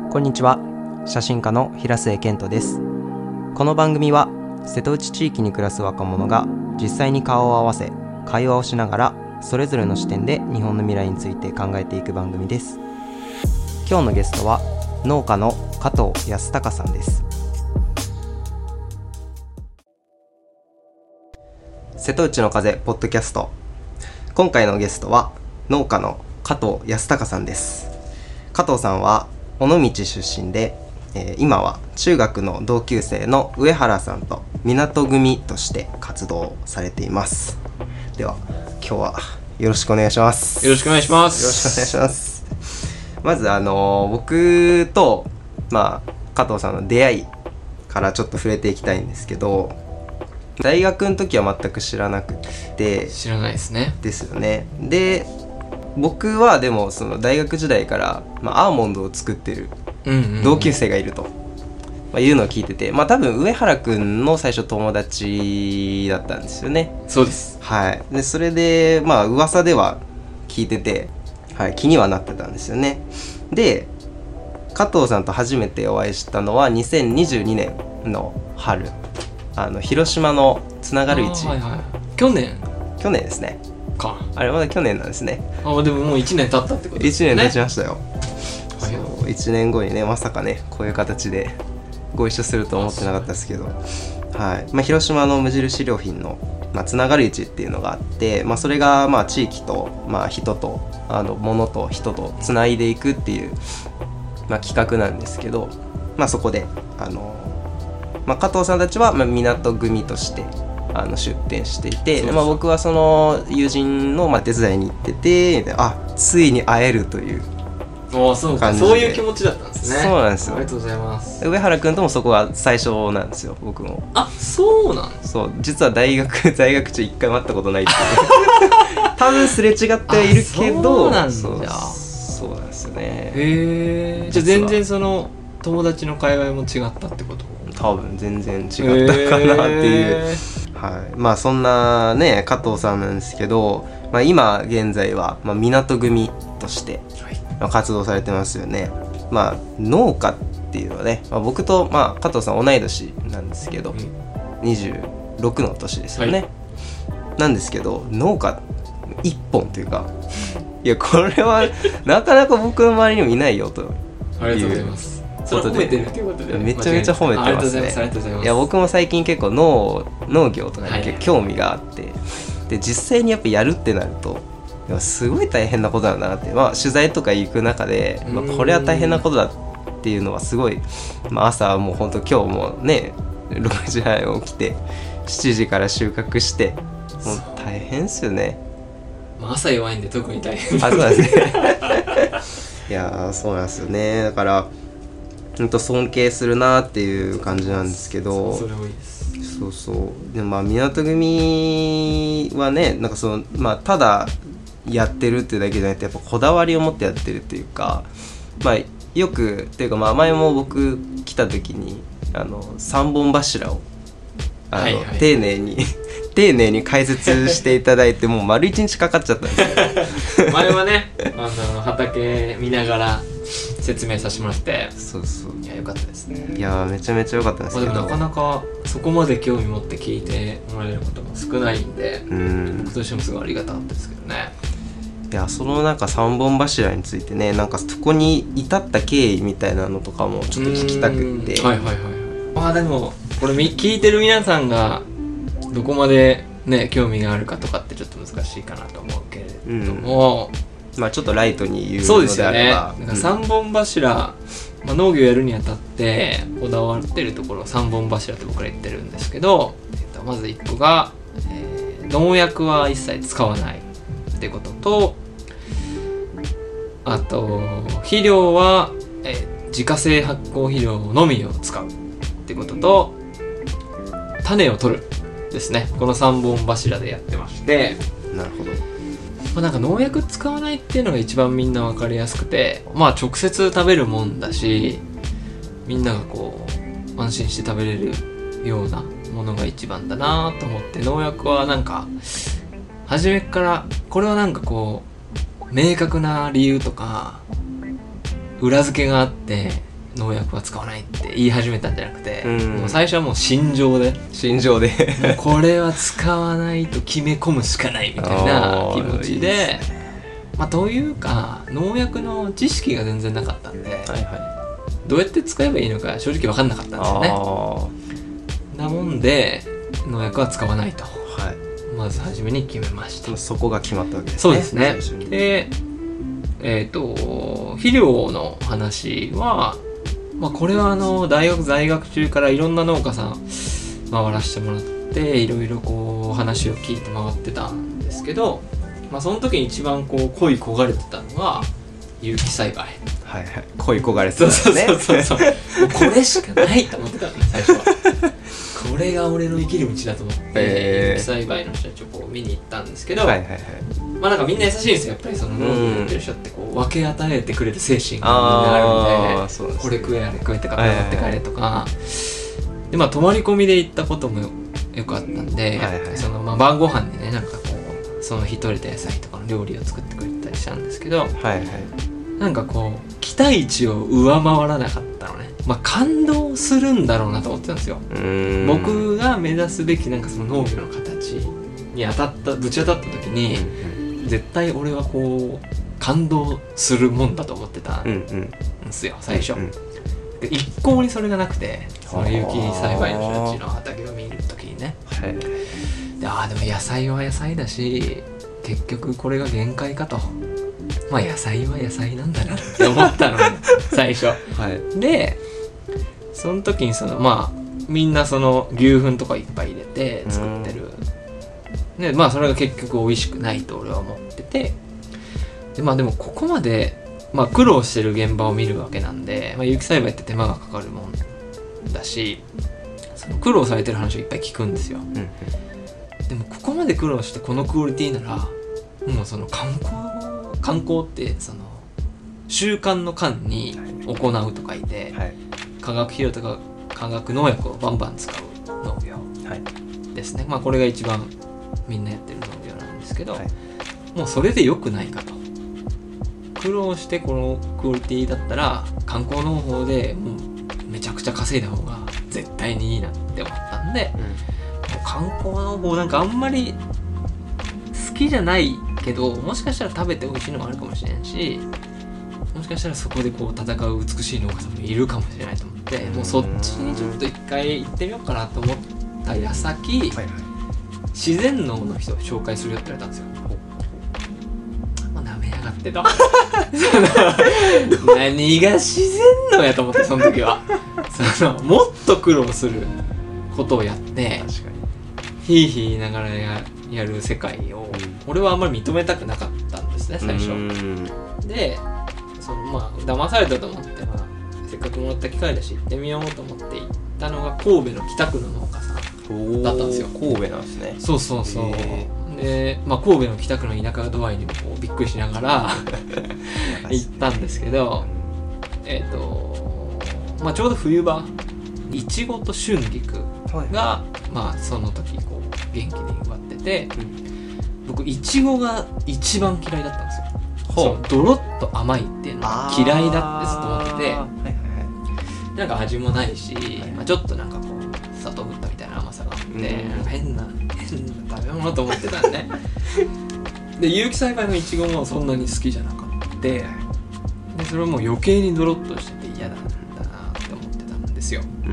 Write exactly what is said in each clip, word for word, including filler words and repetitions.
こんにちは、写真家の平末健人です。この番組は瀬戸内地域に暮らす若者が実際に顔を合わせ会話をしながらそれぞれの視点で日本の未来について考えていく番組です。今日のゲストは農家の加藤康隆さんです。瀬戸内の風ポッドキャスト、今回のゲストは農家の加藤康隆さんです。加藤さんは尾道出身で、えー、今は中学の同級生の上原さんと港組として活動されています。では今日はよろしくお願いします。 よろしくお願いします。 よろしくお願いします。まずあのー、僕と、まあ、加藤さんの出会いからちょっと触れていきたいんですけど、大学の時は全く知らなくて。 知らないですね。 ですよね。で僕はでもその大学時代から、まあ、アーモンドを作ってる同級生がいると、まあ、いうのを聞いてて、まあ多分上原くんの最初友達だったんですよね。 そうです。 はい。でそれでまあ噂では聞いてて、はい、気にはなってたんですよね。で加藤さんと初めてお会いしたのはにせんにじゅうにねんの春、あの広島のつながる市、 はいはい、去年去年ですね。 かあれまだ去年なんですね。 あ、でももういちねん経ったってことですね。 いちねん経ちましたよ。 はい、 そういちねんごにね、まさかねこういう形でご一緒すると思ってなかったですけど、はい。まあ、広島の無印良品の、まあ、つながる市っていうのがあって、まあ、それがまあ地域と、まあ、人とあの物と人とつないでいくっていう、まあ、企画なんですけど、まあ、そこであの、まあ、加藤さんたちはまあ港組としてあの出店していて、でまあ、僕はその友人のまあ手伝いに行ってて、あ、ついに会えるというああ、そうか、そういう気持ちだったんですね。 そうなんですよ。 ありがとうございます。 上原くんともそこが最初なんですよ、僕も。 あ、そうなんです。 そう、実は大学在学中一回も会ったことないっていう多分すれ違ってはいるけど、 そうなんだ。 そうそうなんですよね。 へえ。じゃあ全然その友達の界隈も違ったってこと？ 多分全然違ったかなっていう、はい。まあそんなね加藤さんなんですけど、まあ、今現在は、まあ、港組として、まあ、活動されてますよね。まあ農家っていうのはね、まあ、僕と、まあ、加藤さん同い年なんですけど、うん、にじゅうろくの年ですよね、はい、なんですけど農家一本というかいやこれはなかなか僕の周りにもいないよという。 ありがとうございます。 ことで褒めてるっていうことでめちゃめちゃ褒めてますね。 ありがとうございます。 いや僕も最近結構農農業とかに結構興味があって、はい、で実際にやっぱやるってなるとすごい大変なことだなって、まあ、取材とか行く中で、まあ、これは大変なことだっていうのはすごい、まあ、朝もう本当今日もねろくじはんに起きてしちじから収穫してもう大変ですよね。 まあ、朝弱いんで特に大変。 あ、そうなんですねいやそうなんですよね。だから本当尊敬するなっていう感じなんですけど、 それ多いです。 そうそうでもまあ港組はねなんかそのまあただやってるっていうだけじゃなくてやっぱこだわりを持ってやってるっていうか、まあよくっていうかまあ前も僕来た時にあの三本柱をあの、はいはい、丁寧に丁寧に解説していただいてもう丸一日かかっちゃったんですよ前はねあの畑見ながら説明させてもらって、 そうそう、 いや良かったですね。 いやめちゃめちゃ良かったんですけど、 まあ、でもなかなかそこまで興味持って聞いてもらえることも少ないんで、うん僕としてもすごいありがたかったですけどね。 いやそのなんか三本柱についてね、なんかそこに至った経緯みたいなのとかもちょっと聞きたくって。 はいはいはいはい。まあでもこれ聞いてる皆さんがどこまでね興味があるかとかってちょっと難しいかなと思うけれども、うん、 まあちょっとライトに言うのであれば、 そうですよね。 なんか三本柱、まあ、農業やるにあたってこだわってるところを三本柱って僕ら言ってるんですけど、えっと、まずいっこが、えー、農薬は一切使わないってことと、あと肥料は、えー、自家製発酵肥料のみを使うってことと、種を取るですね。この三本柱でやってまして、 なるほど。 まあ、なんか農薬使わないっていうのが一番みんな分かりやすくて、まあ直接食べるもんだし、みんながこう安心して食べれるようなものが一番だなと思って、農薬はなんか初めからこれはなんかこう明確な理由とか裏付けがあって農薬は使わないって言い始めたんじゃなくて、 うん、 もう最初はもう心情で心情でもうこれは使わないと決め込むしかないみたいな気持ちで、いいですね。まあ、というか農薬の知識が全然なかったんで、はいはい、どうやって使えばいいのか正直分かんなかったんですよね。なもんで農薬は使わないと、はい、まず初めに決めました。 そこが決まったわけですね。 そうですね。でえーと肥料の話は、まあ、これはあの大学在学中からいろんな農家さん回らせてもらっていろいろこう話を聞いて回ってたんですけど、まあ、その時に一番こう恋焦がれてたのが有機栽培。 はいはい、恋焦がれてたんですね。 そうそうそうそうもうこれしかないと思ってたんです最初はこれが俺の生きる道だと思って、えー、有機栽培の人たちをこう見に行ったんですけど、はいはいはい、まあなんかみんな優しいんですよ。やっぱりその農業やってる人ってこう分け与えてくれる精神がみんなあるんで、そうですね、これ食えあれ食えってか頑張って帰れとか、はいはい、でまあ泊まり込みで行ったことも よ, よくあったんで、はいはい、そのまあ晩ご飯にねなんかこうその日取れた野菜とかの料理を作ってくれたりしたんですけど、はいはい、なんかこう期待値を上回らなかったのね。まあ感動するんだろうなと思ってたんですよ。僕が目指すべきなんかその農業の形に当たったぶち当たった時に、うんうん、絶対俺はこう感動するもんだと思ってたんですよ、うんうん、最初、うんうん、で一向にそれがなくて、その有機栽培の人たちの畑を見る時にね、でああでも野菜は野菜だし結局これが限界かと、まあ野菜は野菜なんだなって思ったのね最初、はい、でその時にそのまあみんなその牛糞とかいっぱい入れて作ってる、でまあそれが結局美味しくないと俺は思ってて、でまあでもここまで、まあ、苦労してる現場を見るわけなんで、まあ、有機栽培って手間がかかるもんだし、その苦労されてる話をいっぱい聞くんですよ、うんうん、でもここまで苦労してこのクオリティならもうその観光観光ってその習慣の間に行うと書いて、はい、化学肥料とか化学農薬をバンバン使う農業ですね、はい、まあこれが一番みんなやってる農業なんですけど、はい、もうそれで良くないかと。苦労してこのクオリティだったら観光農法でもうめちゃくちゃ稼いだ方が絶対にいいなって思ったんで、うん、もう観光農法なんかあんまり好きじゃないけど、もしかしたら食べて美味しいのもあるかもしれんし、もしかしたらそこでこう戦う美しい農家さんもいるかもしれないと思って、もうそっちにちょっと一回行ってみようかなと思った矢先、はいはい、自然農の人を紹介するよって言われたんですよ。まあ、舐めやがってと何が自然農やと思って、その時はそのもっと苦労することをやって、確かにヒーヒー言いながら や, やる世界を、うん、俺はあんまり認めたくなかったんですね最初で。そのまあ騙されたと思って、まあ、せっかくもらった機会だし行ってみようと思って行ったのが神戸の北区の農家さんだったんですよ。 神戸なんですね。 そうそうそう。で、まあ、神戸の北区の田舎度合いにもこうびっくりしながら行ったんですけど、えっと、まあ、ちょうど冬場いちごと春菊が、はい、まあその時こう元気に植わってて、うん、僕いちごが一番嫌いだったんですよ。そのドロッと甘いっていうのが嫌いだってずっと思ってて、はいはいはい、なんか味もないし、まあ、ちょっとなんかこう砂糖ぶったみたいな甘さがあって、うん、なんか変な変な食べ物と思ってたんでで有機栽培のイチゴもそんなに好きじゃなかった、でそれはもう余計にドロッとしてて嫌なんだなって思ってたんですよ、うん、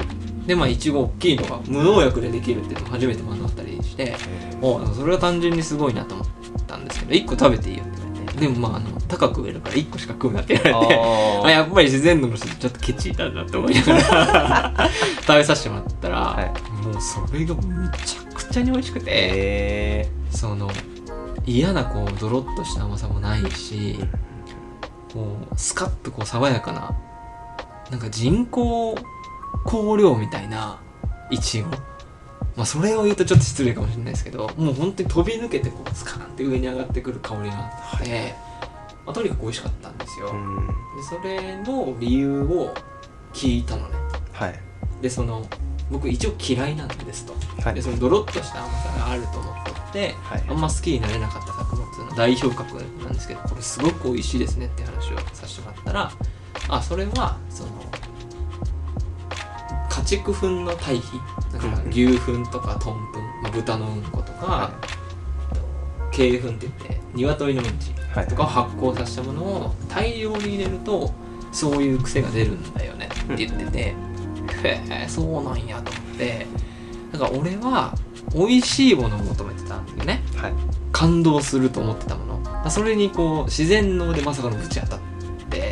でまあイチゴ大きいのが無農薬でできるっていうのを初めて学ったりして、おそれは単純にすごいなと思ったんですけど、いっこ食べていいよって言われて、でもまああの高く植えるからいっこしか食うなって言われてあやっぱり自然農の人ちょっとケチいたんだって思いながら食べさせてもらったら、はい、もうそれがめちゃくちゃに美味しくて、えー、その嫌なこうドロッとした甘さもないし、こうスカッとこう爽やかななんか人工香料みたいなイチゴ、まあそれを言うとちょっと失礼かもしれないですけど、もう本当に飛び抜けてこうスカーンって上に上がってくる香りがあって、はい、まあ、とにかく美味しかったんですよ。でそれの理由を聞いたのね、はい、でその僕一応嫌いなんですと、はい、でそのドロッとした甘さがあると思って、はい、あんま好きになれなかった作物の代表格なんですけど、これすごく美味しいですねって話をさせてもらったら、あそれはその畜糞の堆肥だから牛糞とか豚糞、まあ、豚のうんことか、はい、鶏糞って言って鶏のうんちとかを発酵させたものを大量に入れるとそういう癖が出るんだよねって言ってて、うん、へえそうなんやと思って、だから俺は美味しいものを求めてたんだよね、はい、感動すると思ってたもの、それにこう自然農でまさかのぶち当たって、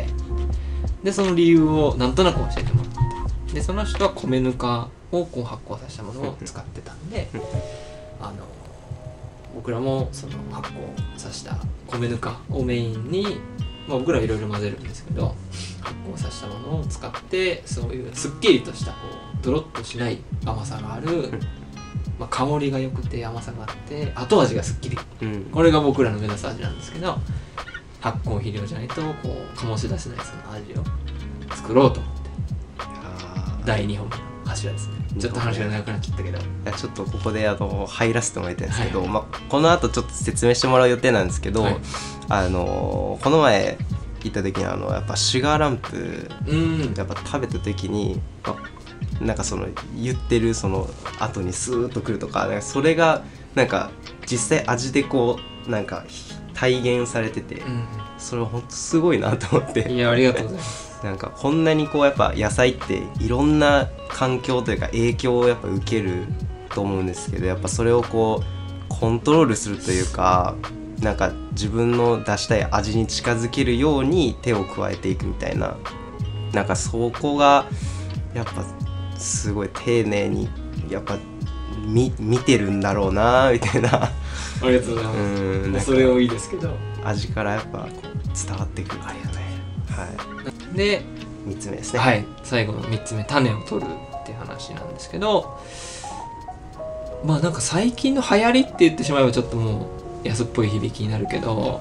でその理由をなんとなく教えてもらって、でその人は米ぬかをこう発酵させたものを使ってたんで、あの僕らもその発酵させた米ぬかをメインに、まあ、僕らいろいろ混ぜるんですけど、発酵させたものを使ってそういうすっきりとしたこうドロッとしない甘さがある、まあ、香りが良くて甘さがあって後味がすっきり、うん、これが僕らの目指す味なんですけど、発酵肥料じゃないとこう醸し出せないその味を作ろうと思ってだいにほんめの柱ですね。ちょっと話が長くなっちゃったけど、いやちょっとここであの入らせてもらいたいんですけど、 はいまあ、この後ちょっと説明してもらう予定なんですけど、はい、あのこの前行った時にあのやっぱシュガーランプやっぱ食べた時に、まあ、なんかその言ってるその後にスーッとくるとか、なんかそれがなんか実際味でこうなんか体現されてて、うん、それは本当すごいなと思って。 いやありがとうございますなんかこんなにこうやっぱ野菜っていろんな環境というか影響をやっぱ受けると思うんですけど、やっぱそれをこうコントロールするというか、なんか自分の出したい味に近づけるように手を加えていくみたいな、なんかそこがやっぱすごい丁寧にやっぱ 見, 見てるんだろうなみたいな。 ありがとうございます。うん、それをいいですけど味からやっぱこう伝わってくる。ありがとうございます。はい、 でみっつめですね。 はい、最後のみっつめ、種を取るっていう話なんですけど、まあなんか最近の流行りって言ってしまえばちょっともう安っぽい響きになるけど、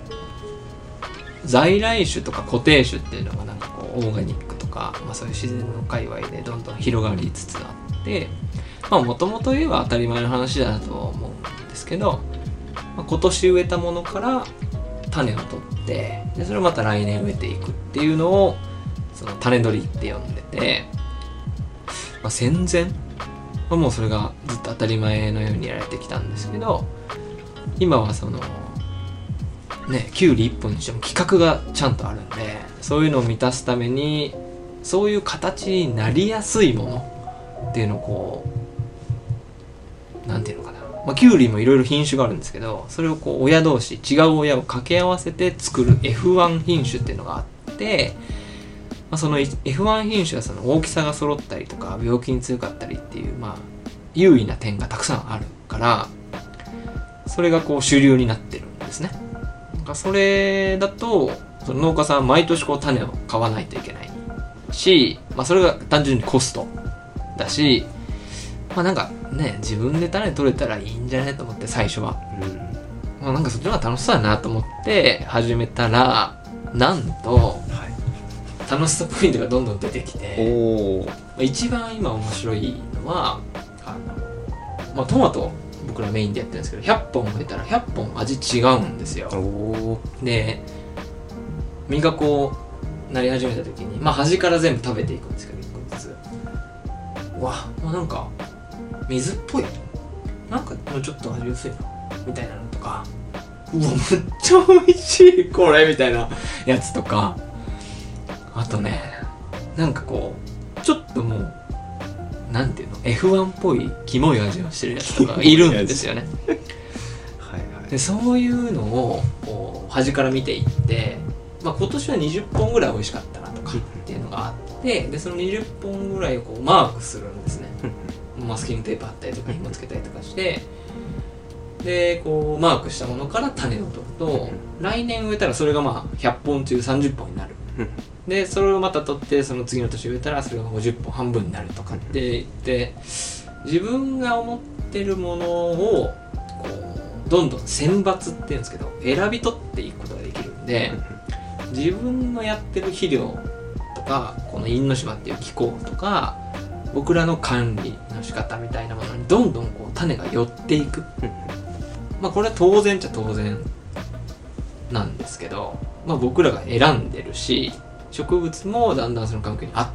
在来種とか固定種っていうのがなんかこうオーガニックとか、まあ、そういう自然の界隈でどんどん広がりつつあって、まあもともと言えば当たり前の話だなとは思うんですけど、まあ、今年植えたものから種を取ってでそれをまた来年植えていくっていうのをその種取りって呼んでて、まあ、戦前はもうそれがずっと当たり前のようにやられてきたんですけど、今はそのねキュウリいっぽんにしても規格がちゃんとあるんで、そういうのを満たすためにそういう形になりやすいものっていうのをこうなんていうのかな、まあ、キュウリもいろいろ品種があるんですけど、それをこう親同士違う親を掛け合わせて作る エフワン 品種っていうのがあって、まあ、その エフワン 品種はその大きさが揃ったりとか病気に強かったりっていうまあ優位な点がたくさんあるから、それがこう主流になってるんですね。なんかそれだとその農家さんは毎年こう種を買わないといけないし、まあ、それが単純にコストだし、まあなんかね自分で種取れたらいいんじゃないと思って最初は、うんまあ、なんかそっちの方が楽しそうだなと思って始めたら、なんと、はい、楽しさポイントがどんどん出てきて、お一番今面白いのはあの、まあ、トマト僕らメインでやってるんですけどひゃっぽん植えたらひゃっぽん味違うんですよ。おで実がこうなり始めた時にまあ端から全部食べていくんですけどいっこずつ、うわもうなんか水っぽい、なんかもうちょっと味薄いなみたいなのとか、うわめっちゃ美味しいこれみたいなやつとか、あとねなんかこうちょっともうなんていうの エフワン っぽいキモい味をしてるやつとかいるんですよねはい、はい、でそういうのをこう端から見ていって、まあ、今年はにじゅっぽんぐらい美味しかったなとかっていうのがあって、でそのにじゅっぽんぐらいをこうマークするんですねマスキングテープ貼ったりとか紐つけたりとかして、でこうマークしたものから種を取ると来年植えたらそれがまあひゃっぽん中さんじゅっぽんになるでそれをまた取ってその次の年植えたらそれがごじゅっぽん半分になるとかって言って自分が思ってるものをこうどんどん選抜っていうんですけど選び取っていくことができるんで、自分のやってる肥料とかこの因島っていう気候とか僕らの管理の仕方みたいなものにどんどんこう種が寄っていくまあこれは当然っちゃ当然なんですけど、まあ、僕らが選んでるし植物もだんだんその環境に合ってくるん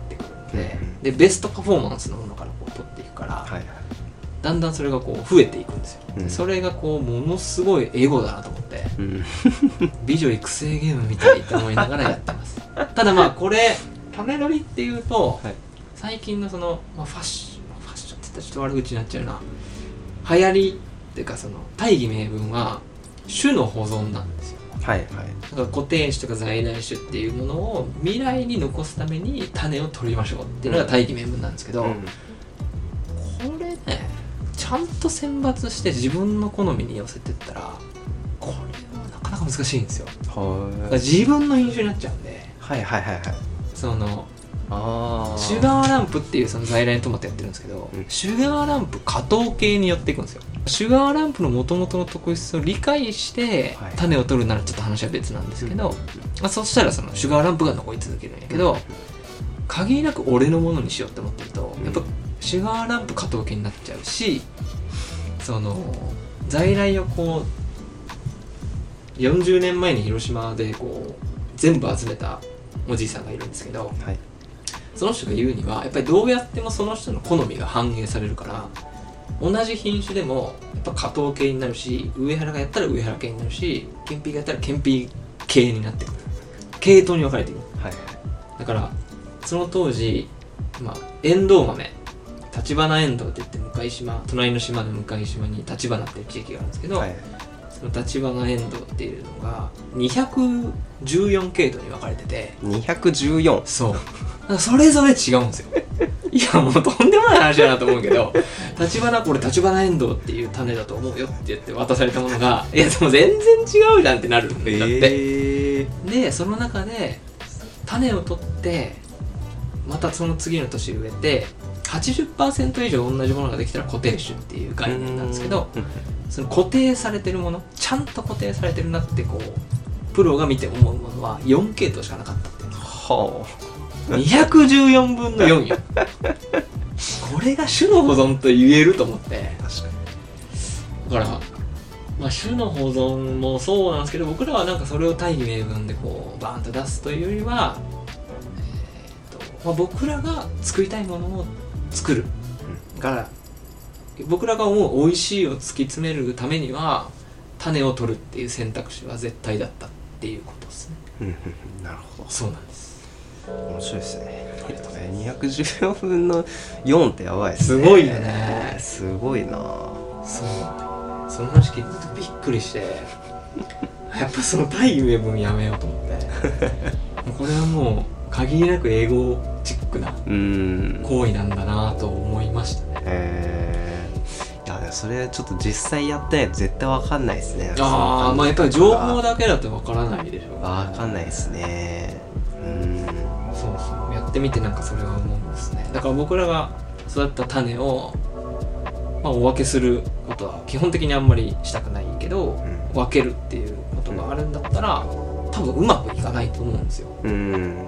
って、でベストパフォーマンスのものからこう取っていくから、 はいはい、 だんだんそれがこう増えていくんですよ、 うん、 それがこうものすごいエゴだなと思って、 うん、 美女育成ゲームみたいって思いながらやってますただまあこれ種取りっていうと、はい、最近のその、まあ、ファッションファッションって言ったらちょっと悪口になっちゃうな、流行りっていうかその大義名分は種の保存なんですよ。 はいはい、 だから固定種とか在来種っていうものを未来に残すために種を取りましょうっていうのが大義名分なんですけど、うん、これねちゃんと選抜して自分の好みに寄せてったらこれはなかなか難しいんですよ。はい、だから自分の印象になっちゃうんで、 はいはいはいはい、 そのあシュガーランプっていうその在来トマトやってるんですけど、うん、シュガーランプ加糖系に寄っていくんですよ。シュガーランプの元々の特質を理解して種を取るならちょっと話は別なんですけど、はい、まあ、そしたらそのシュガーランプが残り続けるんやけど、うん、限りなく俺のものにしようって思ってると、うん、やっぱシュガーランプ加糖系になっちゃうし、その在来をこうよんじゅうねんまえに広島でこう全部集めたおじいさんがいるんですけど、はい、その人が言うにはやっぱりどうやってもその人の好みが反映されるから、同じ品種でもやっぱ加糖系になるし、上原がやったら上原系になるし、ケンピーがやったらケンピー系になってくる、系統に分かれている、はい、だからその当時、まあ、エンドウ豆、立花エンドウって言って向島、隣の島の向島に立花っていう地域があるんですけど、はい、その立花エンドウっていうのがにひゃくじゅうよん系統に分かれてて、 にひゃくじゅうよん、 そうだからそれぞれ違うんですよいやもうとんでもない話だなと思うけど、立花これ立花エンドウっていう種だと思うよって言って渡されたものがいやでも全然違うじゃんってなるんだって、えー、でその中で種を取ってまたその次の年植えて はちじゅっパーセント 以上同じものができたら固定種っていう概念なんですけど、その固定されてるもの、ちゃんと固定されてるなってこうプロが見て思うものはよん系統しかなかったっていう。はあ、にひゃくじゅうよんぶんのよんよこれが種の保存と言えると思って。確かに。だから、まあ、種の保存もそうなんですけど、僕らはなんかそれを大義名分でこうバーンと出すというよりは、えーとまあ、僕らが作りたいものを作る、うん、から僕らが思う美味しいを突き詰めるためには種を取るっていう選択肢は絶対だったっていうことですねなるほど。 そうなんです。 面白いですね。にひゃくじゅうよんぶんのよんってやばいですね。 すごいよね。 すごいな。 そう。その話聞いてびっくりしてやっぱその大義名分やめようと思ってこれはもう限りなく英語チックな行為なんだなと思いましたね。 へー。いやそれちょっと実際やってないと絶対わかんないですね。 ああ、まあやっぱり情報だけだとわからないでしょう、ね、 わかんないですね。うん、 そうそう、やってみてなんかそれは思うんですね。だから僕らが育った種を、まあ、お分けすることは基本的にあんまりしたくないけど、うん、分けるっていうことがあるんだったら、うん、多分うまくいかないと思うんですよ。うん、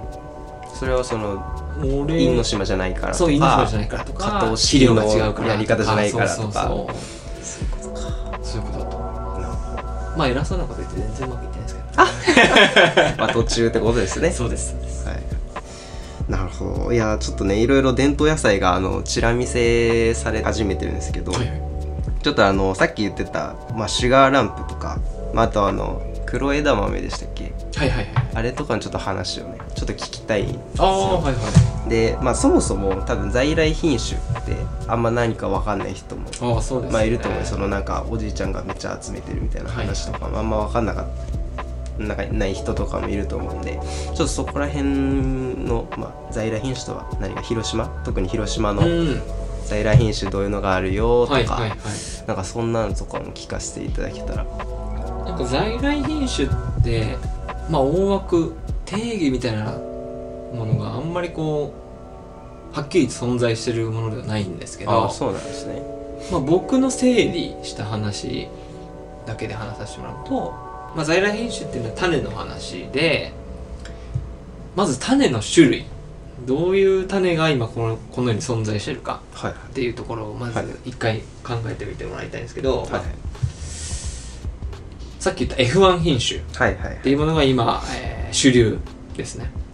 それはその因の島じゃないからとか、 そう因の島じゃないからとか、 加藤式のやり方じゃないからとか、 そういうことか、そういうことだと。まあ偉そうなこと言って全然うまくいってないですけどまあ途中ってことですね。 そうですそうです、はい、 なるほど。いやちょっとねいろいろ伝統野菜があのチラ見せされ始めてるんですけど、はいはい、ちょっとあのさっき言ってた、まあ、シュガーランプとか、まあ、あとあの黒枝豆でしたっけ、 はいはいはい、 あれとかのちょっと話をねちょっと聞きたいんですよ。 ああはいはい。 でまあそもそも多分在来品種ってあんま何か分かんない人もあそうです、ね、 まあいると思う。そのなんかおじいちゃんがめっちゃ集めてるみたいな話とかもあんま分かんなかったなんかない人とかもいると思うんで、ちょっとそこら辺の、まあ、在来品種とは何か広島、特に広島の在来品種どういうのがあるよとか、はいはいはい、なんかそんなのとかも聞かせていただけたら。 なんか在来品種ってまあ大枠定義みたいなものがあんまりこうはっきり存在してるものではないんですけど、 あそうなんですね。 まあ、僕の整理した話だけで話させてもらうと、まあ、在来品種っていうのは種の話で、まず種の種類、どういう種が今この、この世に存在してるかっていうところをまず一回考えてみてもらいたいんですけど、はいはい、さっき言った エフワン 品種っていうものが今、えー、主流ですね。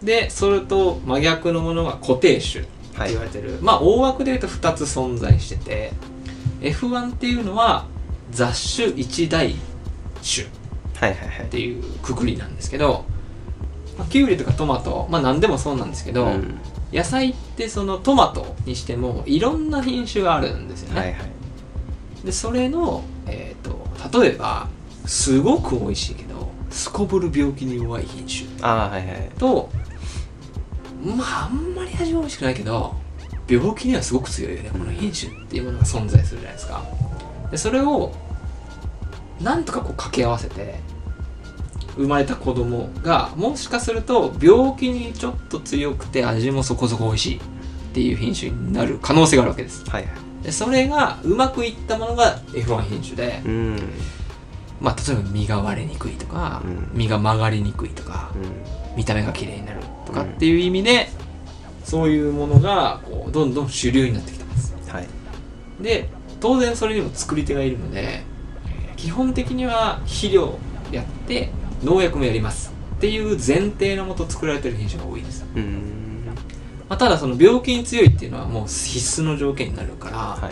でそれと真逆のものが固定種って言われてる、はい、まあ大枠で言うとふたつ存在してて エフワン っていうのは雑種一大種っていうくくりなんですけど、まあ、キュウリとかトマト、まあ何でもそうなんですけど、うん、野菜ってそのトマトにしてもいろんな品種があるんですよね、はいはい、でそれの、えーと、例えばすごく美味しいけどすこぶる病気に弱い品種あ、はいはい、 とまああんまり味は美味しくないけど病気にはすごく強いよねこの品種っていうものが存在するじゃないですか。でそれをなんとかこう掛け合わせて生まれた子供がもしかすると病気にちょっと強くて味もそこそこ美味しいっていう品種になる可能性があるわけです、はいはい、でそれがうまくいったものが エフワン 品種で、うん、まあ例えば実が割れにくいとか、うん、実が曲がりにくいとか、うん、見た目が綺麗になるとかっていう意味で、うん、そういうものがこうどんどん主流になってきてます、はい、で当然それにも作り手がいるので基本的には肥料やって農薬もやりますっていう前提のもと作られてる品種が多いです。うーん、まあ、ただその病気に強いっていうのはもう必須の条件になるから、はい、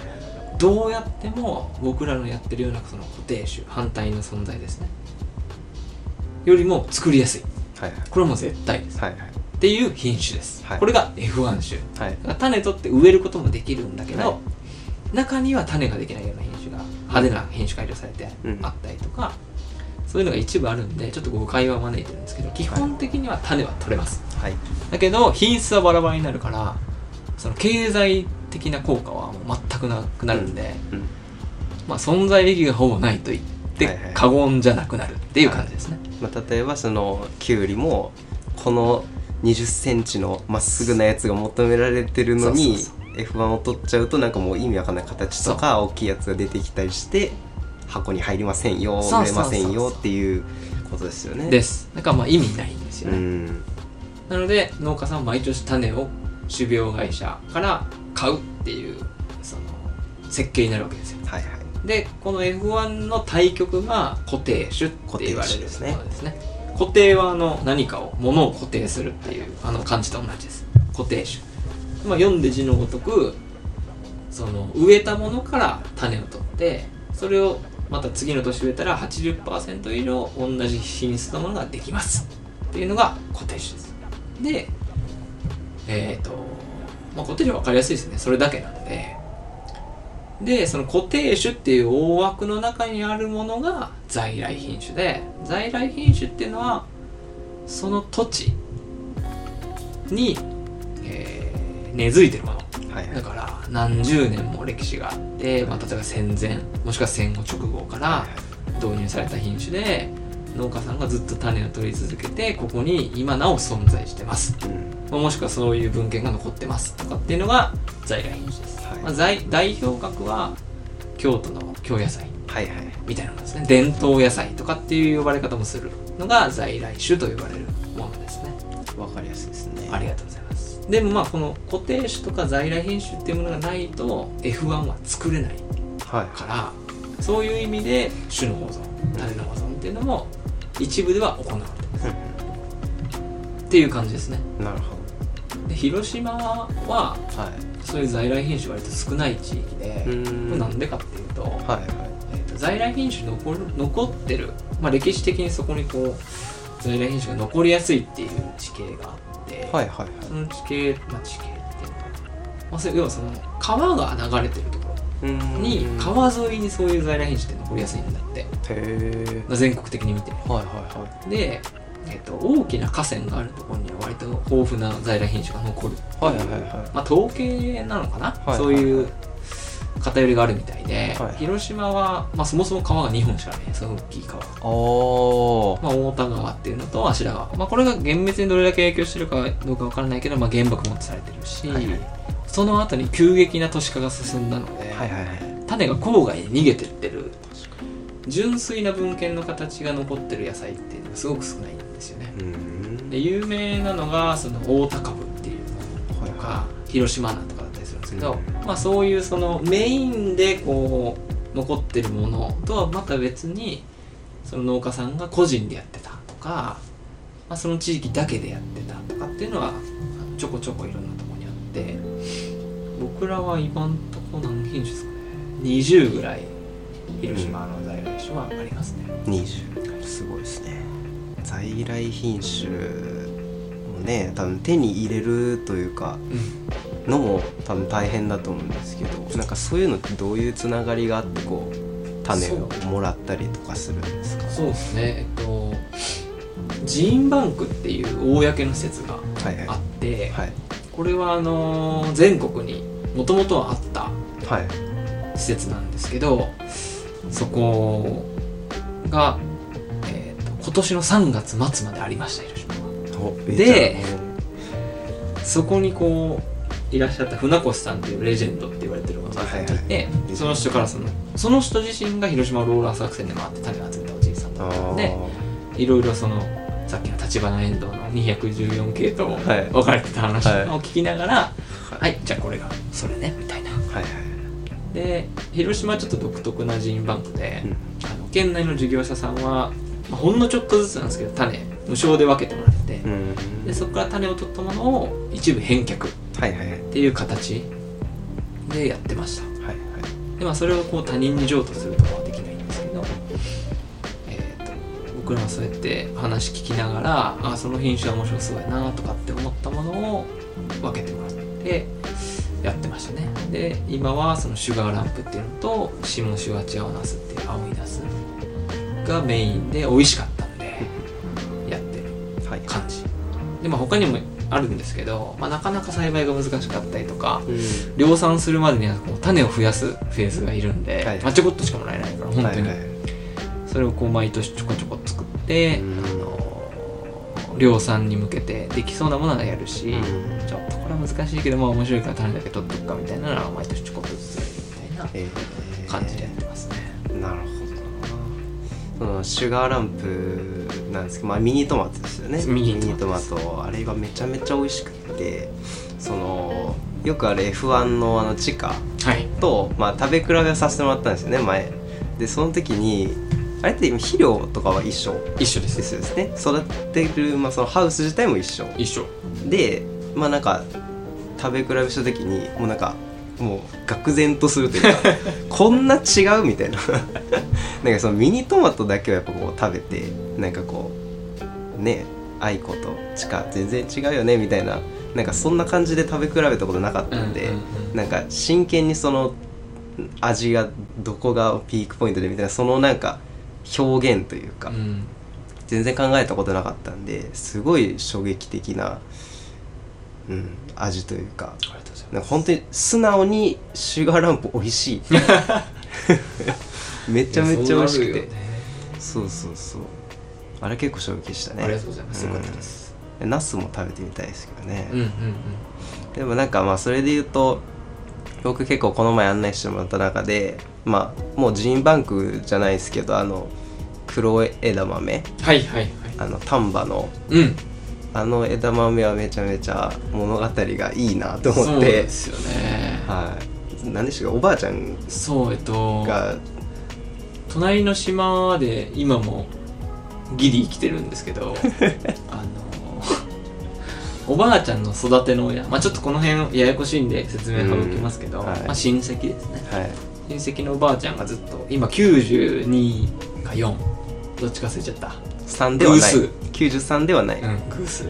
どうやっても僕らのやってるようなその固定種反対の存在ですねよりも作りやすい、はいはい、これはもう絶対です、はいはい、っていう品種です、はい、これが エフワン 種、はい、種取って植えることもできるんだけど、はい、中には種ができないような品種が派手な品種改良されてあったりとか、うん、そういうのが一部あるんでちょっと誤解は招いてるんですけど基本的には種は取れます、はい、だけど品質はバラバラになるからその経済的な効果はもう全くなくなるんで、うんうん、まあ存在意義がほぼないと言って過言じゃなくなるっていう感じですね、はいはい、まあ、例えばそのキュウリもこのにじゅっセンチのまっすぐなやつが求められてるのにそうそうそうエフワン を取っちゃうとなんかもう意味わかんない形とか大きいやつが出てきたりして箱に入りませんよ売れませんよっていうことですよね。 ですだからまあ意味ないんですよね。うんなので農家さんは毎年種を種苗会社から買うっていうその設計になるわけですよ、はいはい、でこの エフワン の対極が固定種って言われるものですね。ですね固定はあの何かを物を固定するっていうあの漢字と同じです。固定種、まあ、読んで字のごとくその植えたものから種を取ってそれをまた次の年植えたら はちじゅっパーセント 以上同じ品質のものができますっていうのが固定種です。でえっ、ー、と、まあ、固定種は分かりやすいですね。それだけなのででその固定種っていう大枠の中にあるものが在来品種で在来品種っていうのはその土地に、えー、根付いてるもの、はいはい、だから何十年も歴史があって、まあ、例えば戦前もしくは戦後直後から導入された品種で農家さんがずっと種を取り続けてここに今なお存在してます、うん、もしくはそういう文献が残ってますとかっていうのが在来品種です、はいまあ、在代表格は京都の京野菜みたいなものですね、はいはい、伝統野菜とかっていう呼ばれ方もするのが在来種と呼ばれるものですね。 わかりやすいですね。 ありがとうございます。でもまあこの固定種とか在来品種っていうものがないと エフワン は作れないから、はい、そういう意味で種の保存種の保存っていうのも一部では行われてます、うん、っていう感じですね。 なるほど。で広島は、はい、そういう在来品種割と少ない地域で、うんなんでかっていうと、はいはいえー、と在来品種残る残ってる、まあ、歴史的にそこにこう在来品種が残りやすいっていう地形があって、はいはいはい、その地形、まあ、地形っていうのかな、まあ、それ要はその川が流れてるところに川沿いにそういう在来品種って残りやすいんだって。へ全国的に見て、はいはいはい、で、えー、と大きな河川があるところには割と豊富な在来品種が残る、はいはいはいまあ、統計なのかな、はいはいはい、そういう偏りがあるみたいで、はい、広島は、まあ、そもそも川がにほんしかないその大きい川が、お、まあ、太田川っていうのと芦良川、まあ、これが厳密にどれだけ影響してるかどうかわからないけど、まあ、原爆もされてるし、はいはい、その後に急激な都市化が進んだので、はいはいはい、種が郊外に逃げてってる純粋な文献の形が残ってる野菜っていうのがすごく少ないんですよね。うんで有名なのがその大田株っていうのとか、はいはい、広島なんとかだったりするんですけど、まあ、そういうそのメインでこう残ってるものとはまた別にその農家さんが個人でやってたとか、まあ、その地域だけでやってたとかっっていうのはちょこちょこいろんなところにあって、僕らは今んとこ何品種ですかね、にじゅうぐらい広島の在来種はありますね。 にじゅう、すごいですね。在来品種もね、多分手に入れるというか、うん、のも多分大変だと思うんですけど、なんかそういうのってどういうつながりがあってこう種をもらったりとかするんですか？ そうですね、えっとジーンバンクっていう公の施設があって、はいはいはい、これはあのー、全国にもともとはあった施設なんですけど、はい、そこが、えーと、今年のさんがつまつまでありました、広島は。で、そこにこういらっしゃった船越さんっていうレジェンドって言われてるおじいさんがいて、はいはい、その人からそのその人自身が広島ローラー作戦で回って種を集めたおじいさんだったので、いろいろそのさっきの橘エンドウのにひゃくじゅうよん系と分かれてた話を聞きながら、はい、はい、じゃあこれがそれねみたいな、はいはい、で広島はちょっと独特なジーンバンクで、うん、あの県内の事業者さんは、まあ、ほんのちょっとずつなんですけど種無償で分けてもらって、うん、でそこから種を取ったものを一部返却っていう形でやってました、はいはい、でまあ、それをこう他人に譲渡するとかはできないんですけど、えー、と僕らはそうやって話聞きながら、あその品種は面白そうやなとかって思ったものを分けてもらってやってましたね。で今はそのシュガーランプっていうのと下シュワチアワナスっていう青いナスがメインで美味しかったんでやってる感じ、はい、でまあ他にもあるんですけど、まあ、なかなか栽培が難しかったりとか、うん、量産するまでにはこう種を増やすフェーズがいるんで、はいはい、まあ、ちょこっとしかもらえないから本当に、はいはい、それをこう毎年ちょこちょこ作って、うん、あの量産に向けてできそうなものはやるし、うん、ちょっとこれは難しいけど、まあ、面白いから種だけ取っとくかみたいなのは毎年ちょこっとずつやるみたいな感じでやってますね、 えー、なるほど。そのシュガーランプなんですけど、まあ、ミニトマトですよね。ミニトマト、あれがめちゃめちゃ美味しくて、そのよくあれ エフワン のあの地下と、はい、まあ、食べ比べをさせてもらったんですよね前で。その時にあれって肥料とかは一緒一緒ですですね。育てる、まあ、そのハウス自体も一緒一緒で、まあなんか食べ比べした時にもうなんかもう愕然とするというかこんな違うみたいななんかそのミニトマトだけはやっぱこう食べて、なんかこうね、アイコとチカ全然違うよねみたいな、なんかそんな感じで食べ比べたことなかったんで、うんうんうん、なんか真剣にその味がどこがピークポイントでみたいな、そのなんか表現というか、うん、全然考えたことなかったんで、すごい衝撃的な、うん、味というか、なんか本当に素直にシュガーランプ美味しいめちゃめちゃ美味しくて、そう、ね、そうそうそう、あれ結構衝撃でしたね。 ありがとうございます、うん、よかったです。 ナスも食べてみたいですけどね、 うんうんうん、 でもなんかまあそれで言うと、僕結構この前案内してもらった中で、まあもうジーンバンクじゃないですけど、あの黒枝豆、 はいはいはい、 あの丹波の、 うん、あの枝豆はめちゃめちゃ物語がいいなと思って。 そうですよね、 はい、何でしたか、おばあちゃんが、 そうえっと隣の島で今もギリ生きてるんですけどあのおばあちゃんの育ての親、まあ、ちょっとこの辺ややこしいんで説明省きますけど、うん、はい、まあ、親戚ですね、はい、親戚のおばあちゃんがずっと今きゅうじゅうにかよん、どっちか忘れちゃった、 さんではない、きゅうじゅうさんではない、 うん、偶数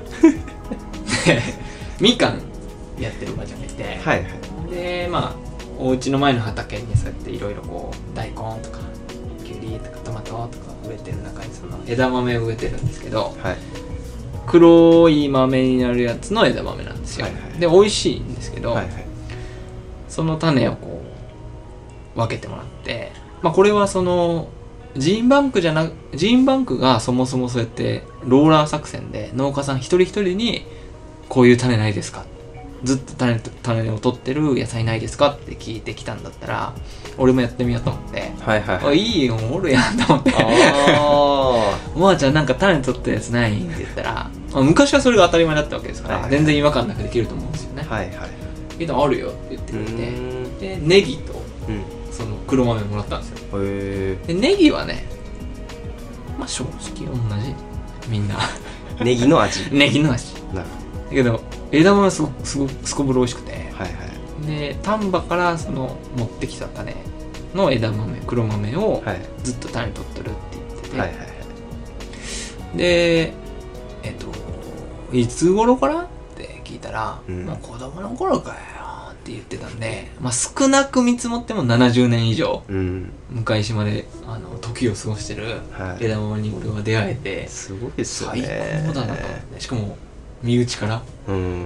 みかんやってるおばあちゃんがいて、はいはい、でまあお家の前の畑にそうやっていろいろこう大根とかきゅうりとかトマトとか植えてる中にその枝豆を植えてるんですけど、はい、黒い豆になるやつの枝豆なんですよ、はいはい、で美味しいんですけど、はいはい、その種をこう分けてもらって、まあ、これはそのジーンバンクじゃなジーンバンクがそもそもそうやってローラー作戦で農家さん一人一人にこういう種ないですか、ずっと 種, 種を取ってる野菜ないですかって聞いてきたんだったら、俺もやってみようと思って、はいはいはい、いいよおるやんと思ってあおばあちゃんなんか種取ったやつないって言ったら、まあ、昔はそれが当たり前だったわけですから、はいはい、全然違和感なくできると思うんですよね、はいはい、けどあるよって言ってくれて、でネギと、うん、その黒豆もらったんですよ。へでネギはね、まあ正直同じみんなネギの味ネギの味だけど枝豆はすごすごすこぶる美味しくて、 はいはい、で丹波からその持ってきた種の枝豆黒豆をずっと種取ってるって言ってて、はいはいはい、でえっといつ頃からって聞いたら、うん、もう子供の頃かよって言ってたんで、まあ、少なく見積もってもななじゅうねん以上、うん、向島であの時を過ごしてる枝豆に俺は出会えて、はい、 すごいですよね。 最高だなと思って、しかも身内から、うん、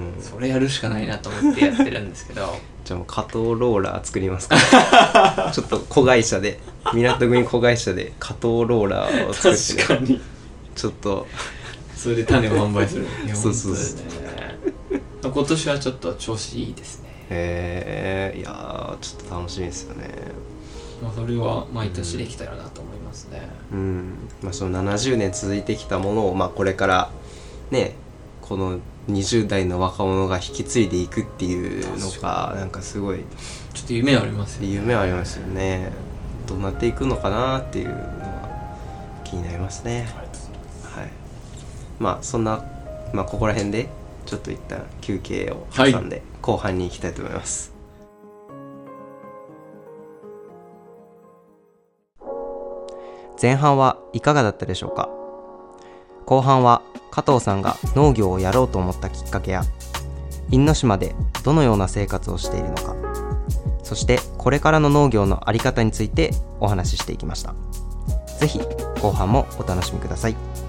それやるしかないなと思ってやってるんですけどじゃあもう加藤ローラー作りますかちょっと子会社で港組子会社で加藤ローラーを作って、 ね、確かにちょっとそれで種を販売するそうそうそう、 今年はちょっと調子いいですね。 へえ、いやーちょっと楽しみですよね。 まあそれは毎年できたらなと思いますね。 うん、うん、まあ、そのななじゅうねん続いてきたものを、まあ、これからねこのにじゅう代の若者が引き継いでいくっていうのがなんかすごいちょっと夢ありますよね。 夢ありますよね。どうなっていくのかなっていうのは気になりますね。はい、まあそんな、まあ、ここら辺でちょっと一旦休憩を挟んで後半に行きたいと思います。前半はいかがだったでしょうか。後半は加藤さんが農業をやろうと思ったきっかけや因島でどのような生活をしているのか、そしてこれからの農業のあり方についてお話ししていきました。ぜひ後半もお楽しみください。